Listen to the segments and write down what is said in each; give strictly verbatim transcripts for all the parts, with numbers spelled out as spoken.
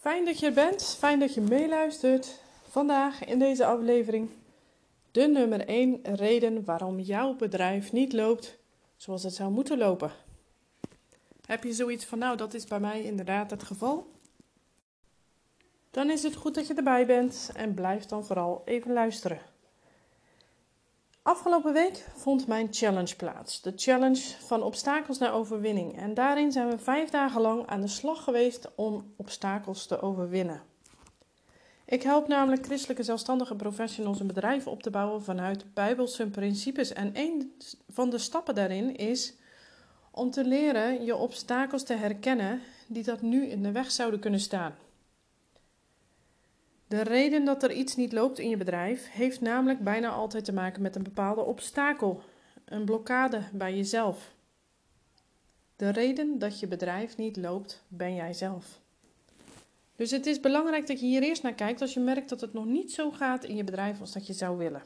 Fijn dat je er bent, fijn dat je meeluistert. Vandaag in deze aflevering de nummer één reden waarom jouw bedrijf niet loopt zoals het zou moeten lopen. Heb je zoiets van, nou dat is bij mij inderdaad het geval? Dan is het goed dat je erbij bent en blijf dan vooral even luisteren. Afgelopen week vond mijn challenge plaats. De challenge van obstakels naar overwinning. En daarin zijn we vijf dagen lang aan de slag geweest om obstakels te overwinnen. Ik help namelijk christelijke zelfstandige professionals een bedrijf op te bouwen vanuit Bijbelse principes. En een van de stappen daarin is om te leren je obstakels te herkennen die dat nu in de weg zouden kunnen staan. De reden dat er iets niet loopt in je bedrijf heeft namelijk bijna altijd te maken met een bepaalde obstakel, een blokkade bij jezelf. De reden dat je bedrijf niet loopt, ben jij zelf. Dus het is belangrijk dat je hier eerst naar kijkt als je merkt dat het nog niet zo gaat in je bedrijf als dat je zou willen.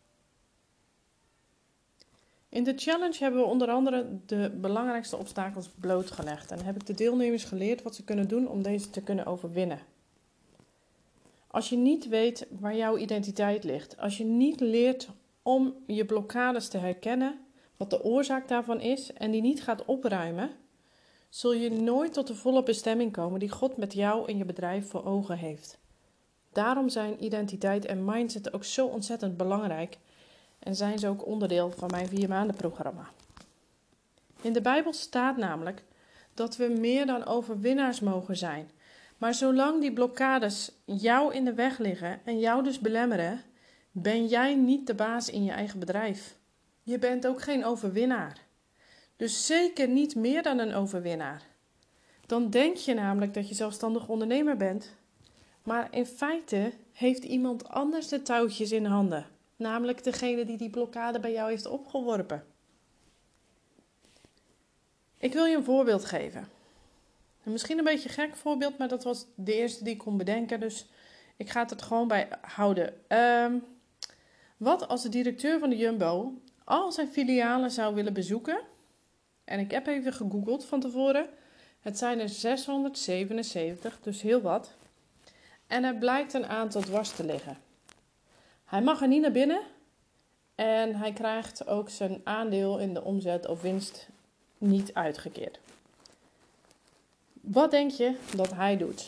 In de challenge hebben we onder andere de belangrijkste obstakels blootgelegd en heb ik de deelnemers geleerd wat ze kunnen doen om deze te kunnen overwinnen. Als je niet weet waar jouw identiteit ligt, als je niet leert om je blokkades te herkennen, wat de oorzaak daarvan is en die niet gaat opruimen, zul je nooit tot de volle bestemming komen die God met jou en je bedrijf voor ogen heeft. Daarom zijn identiteit en mindset ook zo ontzettend belangrijk en zijn ze ook onderdeel van mijn vier maanden programma. In de Bijbel staat namelijk dat we meer dan overwinnaars mogen zijn. Maar zolang die blokkades jou in de weg liggen en jou dus belemmeren, ben jij niet de baas in je eigen bedrijf. Je bent ook geen overwinnaar. Dus zeker niet meer dan een overwinnaar. Dan denk je namelijk dat je zelfstandig ondernemer bent. Maar in feite heeft iemand anders de touwtjes in handen. Namelijk degene die die blokkade bij jou heeft opgeworpen. Ik wil je een voorbeeld geven. Misschien een beetje een gek voorbeeld, maar dat was de eerste die ik kon bedenken. Dus ik ga het er gewoon bij houden. Um, wat als de directeur van de Jumbo al zijn filialen zou willen bezoeken? En ik heb even gegoogeld van tevoren. Het zijn er zeshonderdzevenenzeventig, dus heel wat. En er blijkt een aantal dwars te liggen. Hij mag er niet naar binnen. En hij krijgt ook zijn aandeel in de omzet of winst niet uitgekeerd. Wat denk je dat hij doet?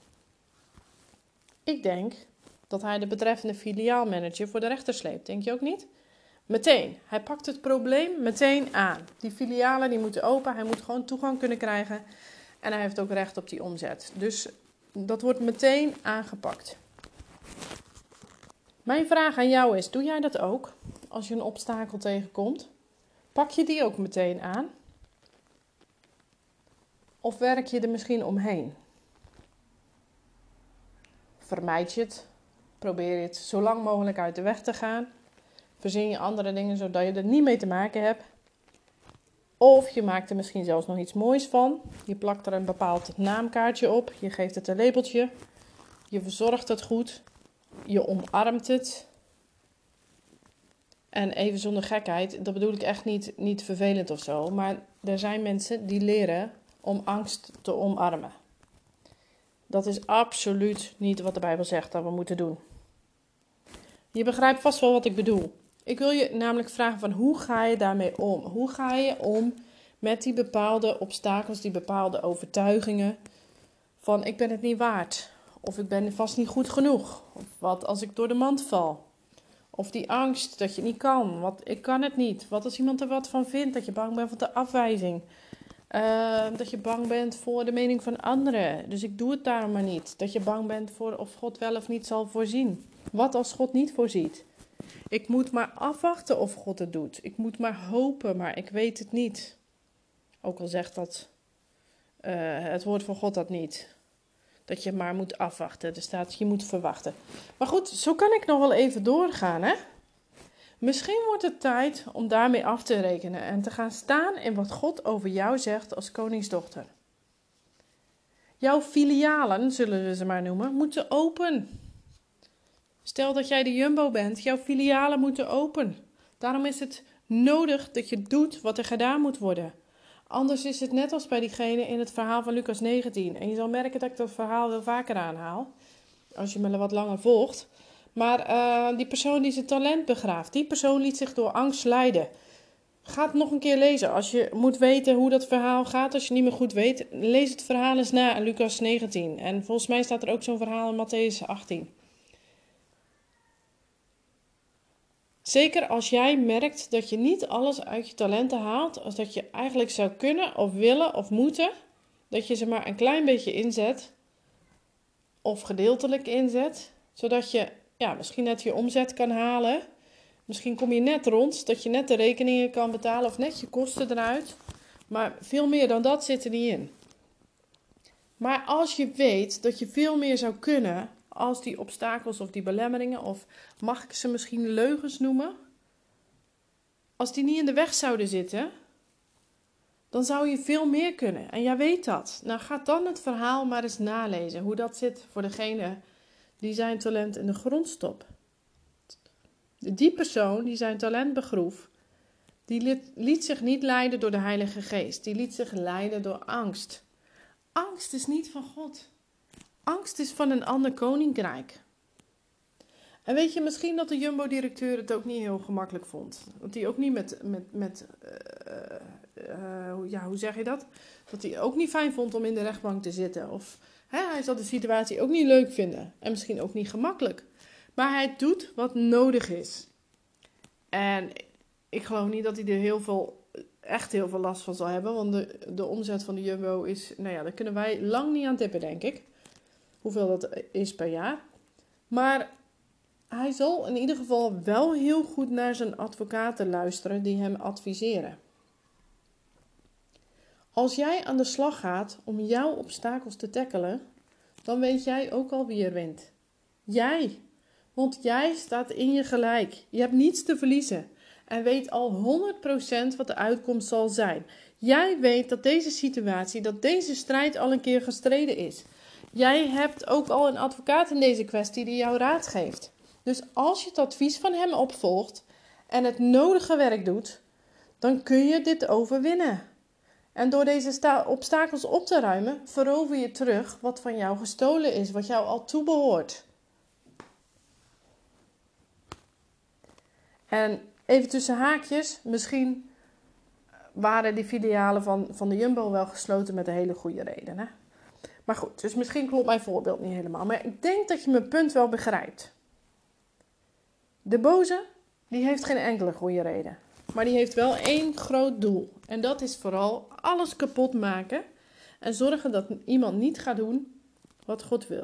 Ik denk dat hij de betreffende filiaalmanager voor de rechter sleept. Denk je ook niet? Meteen. Hij pakt het probleem meteen aan. Die filialen die moeten open. Hij moet gewoon toegang kunnen krijgen. En hij heeft ook recht op die omzet. Dus dat wordt meteen aangepakt. Mijn vraag aan jou is, doe jij dat ook? Als je een obstakel tegenkomt, pak je die ook meteen aan? Of werk je er misschien omheen? Vermijd je het? Probeer je het zo lang mogelijk uit de weg te gaan? Verzin je andere dingen zodat je er niet mee te maken hebt? Of je maakt er misschien zelfs nog iets moois van. Je plakt er een bepaald naamkaartje op. Je geeft het een labeltje. Je verzorgt het goed. Je omarmt het. En even zonder gekheid, dat bedoel ik echt niet, niet vervelend of zo. Maar er zijn mensen die leren om angst te omarmen. Dat is absoluut niet wat de Bijbel zegt dat we moeten doen. Je begrijpt vast wel wat ik bedoel. Ik wil je namelijk vragen van hoe ga je daarmee om? Hoe ga je om met die bepaalde obstakels, die bepaalde overtuigingen van ik ben het niet waard. Of ik ben vast niet goed genoeg. Of wat als ik door de mand val. Of die angst dat je niet kan. Wat, ik kan het niet. Wat als iemand er wat van vindt. Dat je bang bent voor de afwijzing. Uh, dat je bang bent voor de mening van anderen. Dus ik doe het daarom maar niet. Dat je bang bent voor of God wel of niet zal voorzien. Wat als God niet voorziet? Ik moet maar afwachten of God het doet. Ik moet maar hopen, maar ik weet het niet. Ook al zegt dat uh, het woord van God dat niet. Dat je maar moet afwachten. Er staat, je moet verwachten. Maar goed, zo kan ik nog wel even doorgaan, hè? Misschien wordt het tijd om daarmee af te rekenen en te gaan staan in wat God over jou zegt als koningsdochter. Jouw filialen, zullen we ze maar noemen, moeten open. Stel dat jij de Jumbo bent, jouw filialen moeten open. Daarom is het nodig dat je doet wat er gedaan moet worden. Anders is het net als bij diegene in het verhaal van Lucas negentien. En je zal merken dat ik dat verhaal wel vaker aanhaal. Als je me wat langer volgt. Maar uh, die persoon die zijn talent begraaft. Die persoon liet zich door angst leiden. Ga het nog een keer lezen. Als je moet weten hoe dat verhaal gaat. Als je niet meer goed weet. Lees het verhaal eens na in Lucas negentien. En volgens mij staat er ook zo'n verhaal in Mattheüs achttien. Zeker als jij merkt dat je niet alles uit je talenten haalt. Als dat je eigenlijk zou kunnen of willen of moeten. Dat je ze maar een klein beetje inzet. Of gedeeltelijk inzet. Zodat je ja, misschien net je omzet kan halen. Misschien kom je net rond. Dat je net de rekeningen kan betalen. Of net je kosten eruit. Maar veel meer dan dat zit er niet in. Maar als je weet dat je veel meer zou kunnen. Als die obstakels of die belemmeringen. Of mag ik ze misschien leugens noemen. Als die niet in de weg zouden zitten. Dan zou je veel meer kunnen. En jij weet dat. Nou, ga dan het verhaal maar eens nalezen. Hoe dat zit voor degene die zijn talent in de grond stopt. Die persoon die zijn talent begroef. Die liet, liet zich niet leiden door de Heilige Geest. Die liet zich leiden door angst. Angst is niet van God. Angst is van een ander koninkrijk. En weet je, misschien dat de Jumbo-directeur het ook niet heel gemakkelijk vond. Dat hij ook niet met, met, met uh, uh, ja, hoe zeg je dat? Dat hij ook niet fijn vond om in de rechtbank te zitten. Of hè, hij zal de situatie ook niet leuk vinden. En misschien ook niet gemakkelijk. Maar hij doet wat nodig is. En ik geloof niet dat hij er heel veel, echt heel veel last van zal hebben. Want de, de omzet van de Jumbo is, nou ja, daar kunnen wij lang niet aan tippen, denk ik. Hoeveel dat is per jaar. Maar hij zal in ieder geval wel heel goed naar zijn advocaten luisteren die hem adviseren. Als jij aan de slag gaat om jouw obstakels te tackelen, dan weet jij ook al wie er wint. Jij. Want jij staat in je gelijk. Je hebt niets te verliezen. En weet al honderd procent wat de uitkomst zal zijn. Jij weet dat deze situatie, dat deze strijd al een keer gestreden is. Jij hebt ook al een advocaat in deze kwestie die jou raad geeft. Dus als je het advies van hem opvolgt en het nodige werk doet, dan kun je dit overwinnen. En door deze sta- obstakels op te ruimen, verover je terug wat van jou gestolen is, wat jou al toebehoort. En even tussen haakjes, misschien waren die filialen van, van de Jumbo wel gesloten met een hele goede reden. Hè? Maar goed, dus misschien klopt mijn voorbeeld niet helemaal. Maar ik denk dat je mijn punt wel begrijpt. De boze, die heeft geen enkele goede reden. Maar die heeft wel één groot doel. En dat is vooral alles kapot maken. En zorgen dat iemand niet gaat doen wat God wil.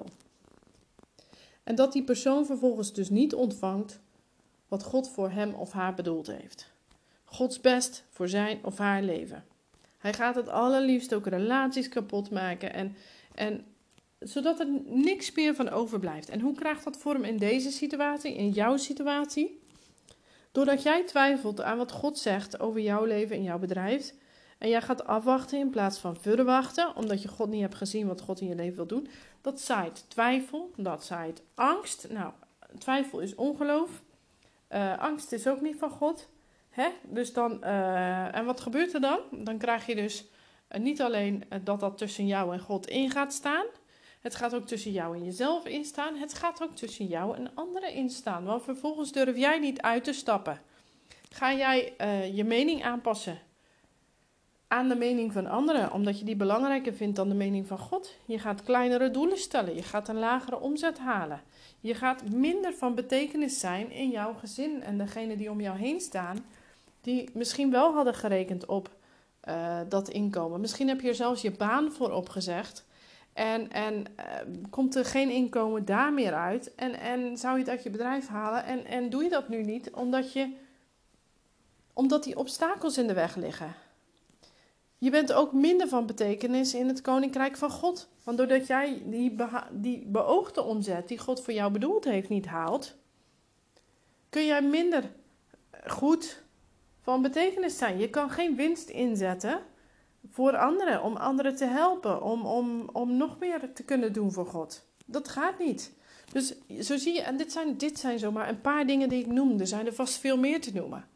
En dat die persoon vervolgens dus niet ontvangt wat God voor hem of haar bedoeld heeft. Gods best voor zijn of haar leven. Hij gaat het allerliefst ook relaties kapot maken. En, en, zodat er niks meer van overblijft. En hoe krijgt dat vorm in deze situatie, in jouw situatie? Doordat jij twijfelt aan wat God zegt over jouw leven en jouw bedrijf. En jij gaat afwachten in plaats van verwachten. Omdat je God niet hebt gezien wat God in je leven wil doen. Dat zaait twijfel. Dat zaait angst. Nou, twijfel is ongeloof. Uh, angst is ook niet van God. Hè? Dus dan, uh, en wat gebeurt er dan? Dan krijg je dus uh, niet alleen uh, dat dat tussen jou en God in gaat staan. Het gaat ook tussen jou en jezelf instaan. Het gaat ook tussen jou en anderen instaan. Want vervolgens durf jij niet uit te stappen. Ga jij uh, je mening aanpassen aan de mening van anderen. Omdat je die belangrijker vindt dan de mening van God. Je gaat kleinere doelen stellen. Je gaat een lagere omzet halen. Je gaat minder van betekenis zijn in jouw gezin. En degenen die om jou heen staan. Die misschien wel hadden gerekend op uh, dat inkomen. Misschien heb je er zelfs je baan voor opgezegd. En, en uh, komt er geen inkomen daar meer uit. En, en zou je het uit je bedrijf halen. En, en doe je dat nu niet. Omdat, je, omdat die obstakels in de weg liggen. Je bent ook minder van betekenis in het koninkrijk van God. Want doordat jij die, beha- die beoogde omzet die God voor jou bedoeld heeft niet haalt. Kun jij minder goed van betekenis zijn. Je kan geen winst inzetten voor anderen. Om anderen te helpen. Om, om, om nog meer te kunnen doen voor God. Dat gaat niet. Dus zo zie je. En dit zijn, dit zijn zomaar een paar dingen die ik noemde. Er zijn er vast veel meer te noemen.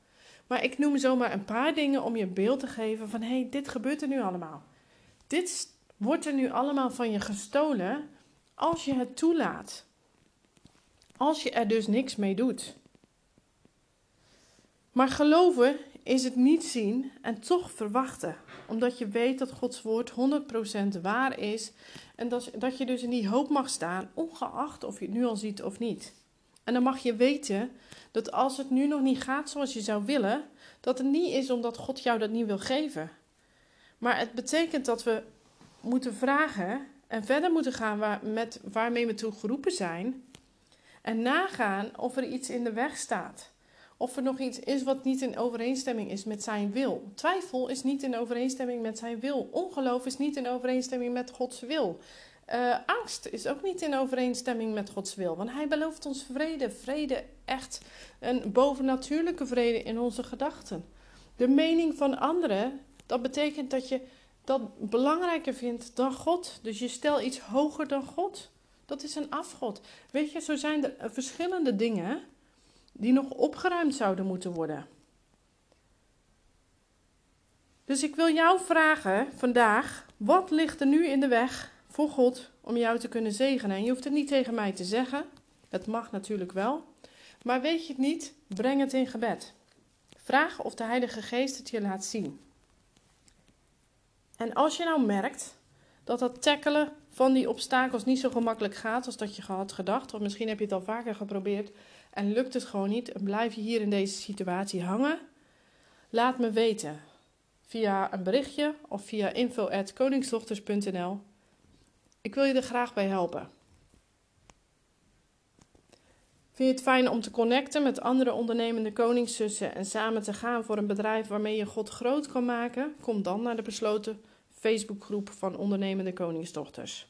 Maar ik noem zomaar een paar dingen om je een beeld te geven van, hé, hey, dit gebeurt er nu allemaal. Dit wordt er nu allemaal van je gestolen als je het toelaat. Als je er dus niks mee doet. Maar geloven is het niet zien en toch verwachten. Omdat je weet dat Gods woord honderd procent waar is. En dat, dat je dus in die hoop mag staan, ongeacht of je het nu al ziet of niet. En dan mag je weten dat als het nu nog niet gaat zoals je zou willen, dat het niet is omdat God jou dat niet wil geven. Maar het betekent dat we moeten vragen en verder moeten gaan waar, met waarmee we toe geroepen zijn. En nagaan of er iets in de weg staat. Of er nog iets is wat niet in overeenstemming is met zijn wil. Twijfel is niet in overeenstemming met zijn wil. Ongeloof is niet in overeenstemming met Gods wil. Uh, angst is ook niet in overeenstemming met Gods wil. Want hij belooft ons vrede. Vrede, echt een bovennatuurlijke vrede in onze gedachten. De mening van anderen, dat betekent dat je dat belangrijker vindt dan God. Dus je stelt iets hoger dan God. Dat is een afgod. Weet je, zo zijn er verschillende dingen die nog opgeruimd zouden moeten worden. Dus ik wil jou vragen vandaag, wat ligt er nu in de weg voor God om jou te kunnen zegenen? En je hoeft het niet tegen mij te zeggen, het mag natuurlijk wel. Maar weet je het niet, breng het in gebed. Vraag of de Heilige Geest het je laat zien. En als je nou merkt dat dat tackelen van die obstakels niet zo gemakkelijk gaat als dat je had gedacht, of misschien heb je het al vaker geprobeerd en lukt het gewoon niet en blijf je hier in deze situatie hangen, laat me weten via een berichtje of via info at koningsdochters punt n l. Ik wil je er graag bij helpen. Vind je het fijn om te connecten met andere ondernemende koningszussen en samen te gaan voor een bedrijf waarmee je God groot kan maken? Kom dan naar de besloten Facebookgroep van ondernemende koningsdochters.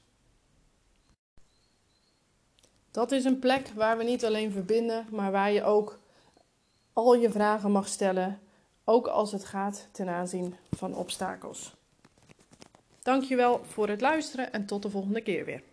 Dat is een plek waar we niet alleen verbinden, maar waar je ook al je vragen mag stellen, ook als het gaat ten aanzien van obstakels. Dankjewel voor het luisteren en tot de volgende keer weer.